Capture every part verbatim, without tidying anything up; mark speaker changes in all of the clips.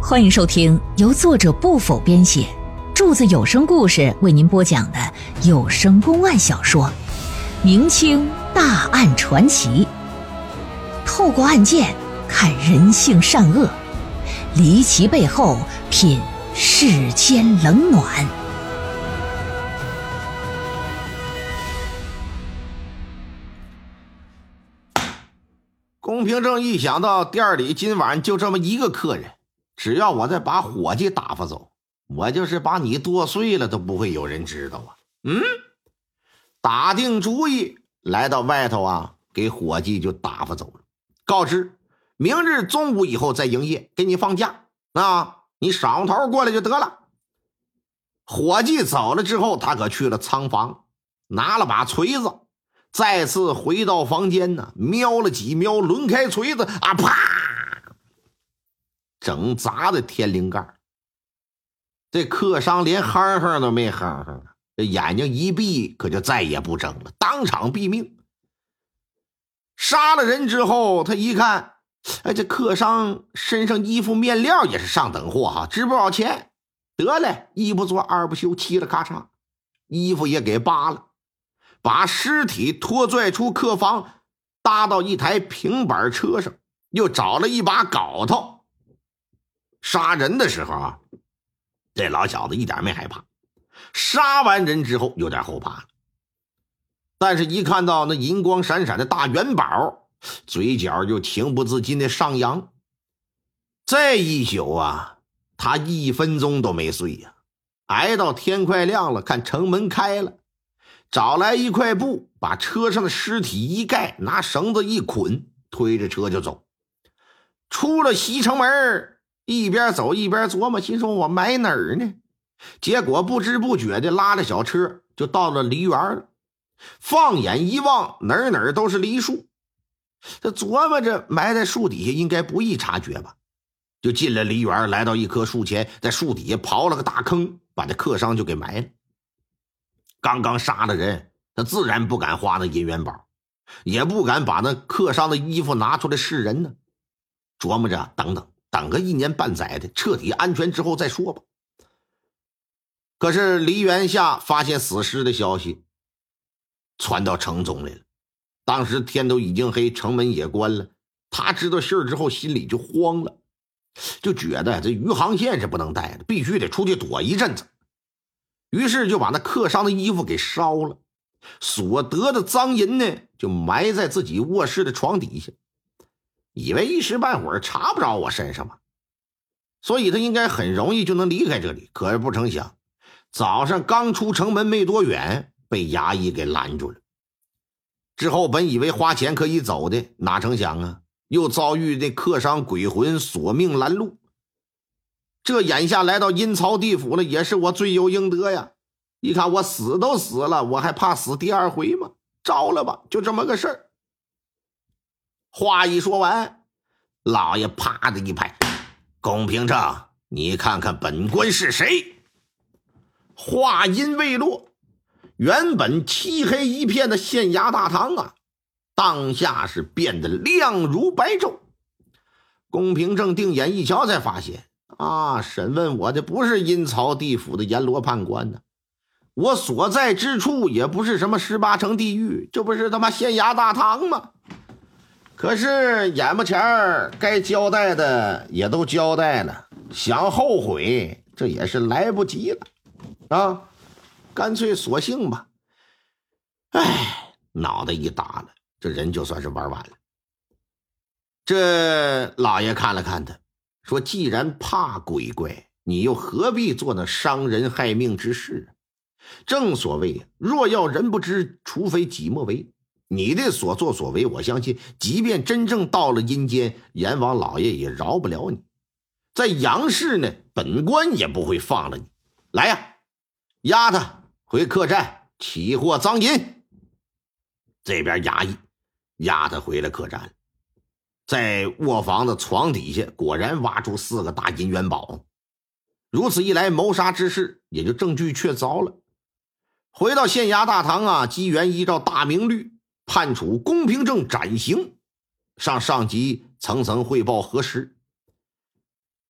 Speaker 1: 欢迎收听由作者不否编写，柱子有声故事为您播讲的有声公案小说《明清大案传奇》，透过案件看人性善恶，离奇背后品世间冷暖。
Speaker 2: 龚平正一想到店里今晚就这么一个客人，只要我再把伙计打发走，我就是把你剁碎了都不会有人知道啊。嗯，打定主意来到外头啊，给伙计就打发走了，告知明日中午以后再营业，给你放假啊，你晌午头过来就得了。伙计走了之后，他可去了仓房，拿了把锤子，再次回到房间呢，瞄了几瞄，抡开锤子啊，啪，整砸的天灵盖。这客商连哼哼都没哼哼，这眼睛一闭可就再也不睁了，当场毙命。杀了人之后，他一看，哎，这客商身上衣服面料也是上等货哈，值不少钱。得嘞，一不做二不休，嘁了咔嚓，衣服也给扒了，把尸体拖拽出客房，搭到一台平板车上，又找了一把镐头。杀人的时候啊，这老小子一点没害怕，杀完人之后有点后怕了，但是一看到那银光闪闪的大元宝，嘴角就情不自禁的上扬。这一宿啊，他一分钟都没睡呀、啊，挨到天快亮了，看城门开了，找来一块布，把车上的尸体一盖，拿绳子一捆，推着车就走。出了西城门，一边走一边琢磨，心说我埋哪儿呢？结果不知不觉的拉着小车就到了梨园了。放眼一望，哪儿哪儿都是梨树，这琢磨着埋在树底下应该不易察觉吧，就进了梨园，来到一棵树前，在树底下刨了个大坑，把这客商就给埋了。刚刚杀了人，他自然不敢花那银元宝，也不敢把那客商的衣服拿出来示人呢。琢磨着等等等个一年半载的，彻底安全之后再说吧。可是梨园下发现死尸的消息传到城中来了，当时天都已经黑，城门也关了。他知道信儿之后，心里就慌了，就觉得这余杭县是不能待的，必须得出去躲一阵子。于是就把那客商的衣服给烧了，所得的赃银呢就埋在自己卧室的床底下，以为一时半会儿查不着我身上嘛，所以他应该很容易就能离开这里。可是不成想，早上刚出城门没多远，被衙役给拦住了。之后本以为花钱可以走的，哪成想啊，又遭遇那客商鬼魂索命拦路。这眼下来到阴曹地府了，也是我罪有应得呀。一看我死都死了，我还怕死第二回吗？招了吧，就这么个事儿。话一说完，老爷啪的一拍，龚平正，你看看本官是谁？话音未落，原本漆黑一片的县衙大堂啊，当下是变得亮如白昼。龚平正定眼一瞧，才发现啊，审问我的不是阴曹地府的阎罗判官呢，我所在之处也不是什么十八层地狱，这不是他妈县衙大堂吗？可是眼巴前儿该交代的也都交代了，想后悔这也是来不及了啊，干脆索性吧。哎，脑袋一打了，这人就算是玩完了。这老爷看了看他，说既然怕鬼怪，你又何必做那伤人害命之事？正所谓若要人不知，除非己莫为。你的所作所为，我相信即便真正到了阴间，阎王老爷也饶不了你。在阳世呢，本官也不会放了你。来呀，押他回客栈起获赃银。这边衙役押他回了客栈，在卧房的床底下果然挖出四个大银元宝。如此一来，谋杀之事也就证据确凿了。回到县衙大堂啊，机缘依照大明律判处龚平正斩刑，上上级层层汇报核实。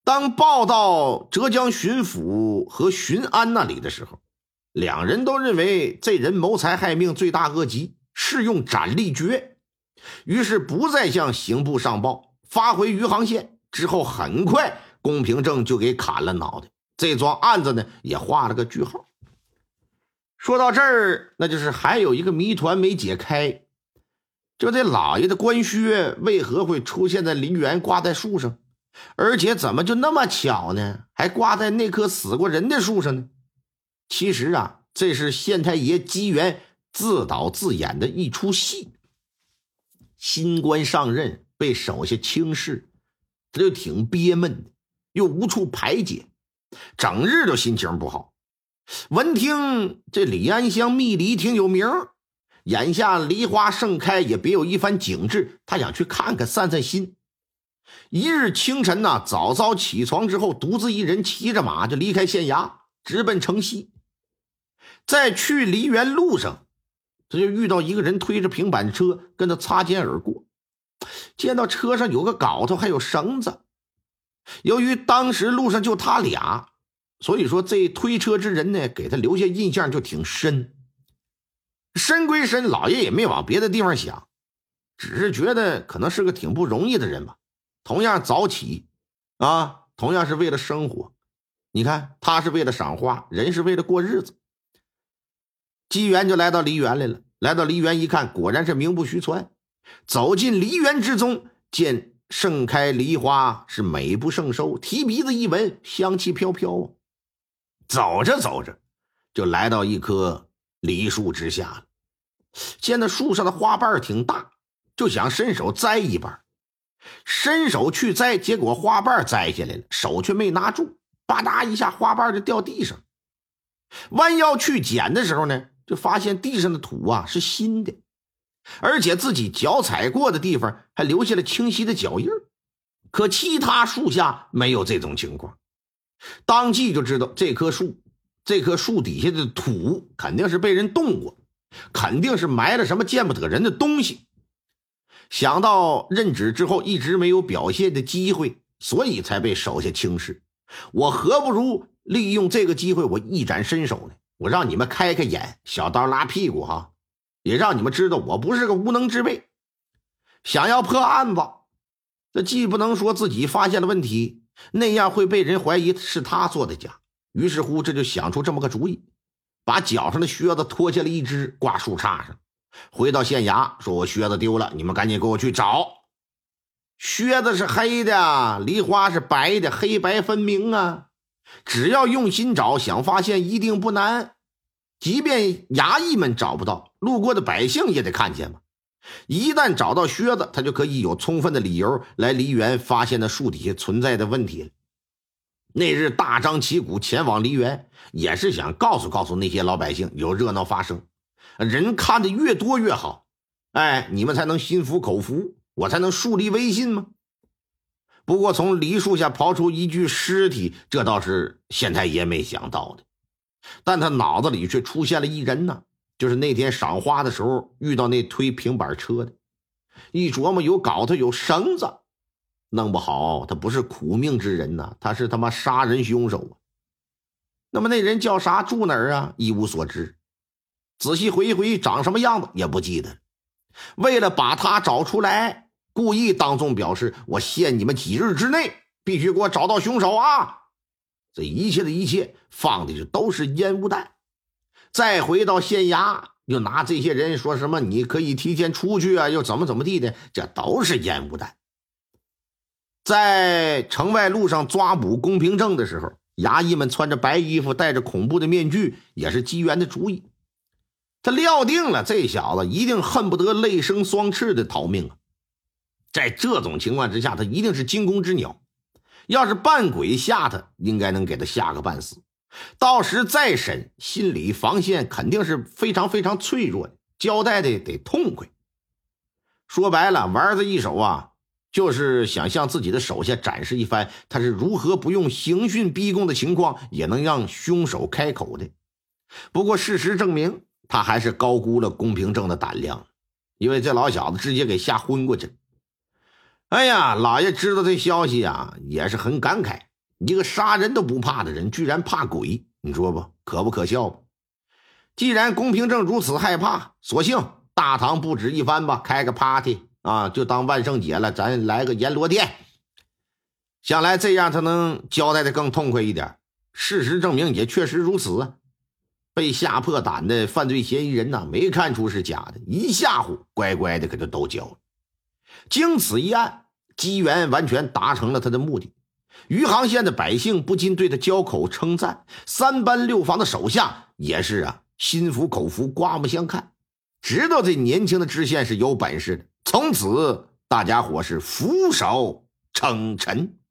Speaker 2: 当报到浙江巡抚和巡安那里的时候，两人都认为这人谋财害命，罪大恶极，适用斩立决，于是不再向刑部上报，发回余杭县。之后很快龚平正就给砍了脑袋，这桩案子呢也画了个句号。说到这儿，那就是还有一个谜团没解开，就这老爷的官靴为何会出现在梨园挂在树上，而且怎么就那么巧呢，还挂在那棵死过人的树上呢？其实啊，这是县太爷姬元自导自演的一出戏。新官上任，被手下轻视，他就挺憋闷的，又无处排解，整日就心情不好。闻听这李安乡蜜梨挺有名，眼下梨花盛开，也别有一番景致，他想去看看散散心。一日清晨呢、啊，早早起床之后，独自一人骑着马就离开县衙，直奔城西。在去梨园路上，他就遇到一个人推着平板车跟他擦肩而过，见到车上有个镐头还有绳子。由于当时路上就他俩，所以说这推车之人呢，给他留下印象就挺深。深归深，老爷也没往别的地方想，只是觉得可能是个挺不容易的人吧。同样早起啊，同样是为了生活，你看他是为了赏花，人是为了过日子。姬元就来到梨园来了，来到梨园一看，果然是名不虚传。走进梨园之中，见盛开梨花是美不胜收，提鼻子一闻，香气飘飘啊。走着走着就来到一棵梨树之下了，见那树上的花瓣挺大，就想伸手摘一瓣，伸手去摘，结果花瓣摘下来了，手却没拿住，吧嗒一下花瓣就掉地上。弯腰去捡的时候呢，就发现地上的土啊是新的，而且自己脚踩过的地方还留下了清晰的脚印，可其他树下没有这种情况。当即就知道这棵树这棵树底下的土肯定是被人动过，肯定是埋了什么见不得人的东西。想到任职之后一直没有表现的机会，所以才被手下轻视，我何不如利用这个机会，我一展身手呢？我让你们开开眼，小刀拉屁股哈，也让你们知道我不是个无能之辈。想要破案子，这既不能说自己发现了问题，那样会被人怀疑是他做的假。于是乎，这就想出这么个主意，把脚上的靴子脱下了一只，挂树杈上，回到县衙说：“我靴子丢了，你们赶紧给我去找。”靴子是黑的，梨花是白的，黑白分明啊！只要用心找，想发现一定不难。即便衙役们找不到，路过的百姓也得看见嘛。一旦找到靴子，他就可以有充分的理由来梨园发现那树底下存在的问题了。那日大张旗鼓前往梨园，也是想告诉告诉那些老百姓有热闹发生，人看得越多越好，哎，你们才能心服口服，我才能树立威信吗？不过从梨树下刨出一具尸体，这倒是县太爷没想到的，但他脑子里却出现了一人呢，就是那天赏花的时候遇到那推平板车的。一琢磨，有镐头有绳子，弄不好他不是苦命之人呢，他是他妈杀人凶手啊。那么那人叫啥，住哪儿啊？一无所知，仔细回忆回忆长什么样子也不记得。为了把他找出来，故意当众表示，我限你们几日之内必须给我找到凶手啊！这一切的一切放的就都是烟雾弹。再回到县衙，又拿这些人说什么你可以提前出去啊，又怎么怎么地的，这都是烟雾弹。在城外路上抓捕龚平正的时候，衙役们穿着白衣服，戴着恐怖的面具，也是姬元的主意。他料定了这小子一定恨不得泪生双翅的逃命啊！在这种情况之下，他一定是惊弓之鸟，要是扮鬼吓他，应该能给他吓个半死。到时再审，心理防线肯定是非常非常脆弱的，交代的得痛快。说白了，玩这一手啊，就是想向自己的手下展示一番他是如何不用刑讯逼供的情况也能让凶手开口的。不过事实证明，他还是高估了龚平正的胆量，因为这老小子直接给吓昏过去了。哎呀，老爷知道这消息啊，也是很感慨， 一个杀人都不怕的人，居然怕鬼，你说吧，可不可笑吧？既然公平正如此害怕，索性大唐布置一番吧，开个 party 啊，就当万圣节了，咱来个阎罗殿。想来这样他能交代的更痛快一点。事实证明也确实如此啊。被吓破胆的犯罪嫌疑人呢、啊，没看出是假的，一吓唬乖乖的可就都交了。经此一案，姬元完全达成了他的目的。余杭县的百姓不禁对他交口称赞，三班六房的手下也是啊，心服口服，刮目相看，知道这年轻的知县是有本事的。从此大家伙是俯首称臣。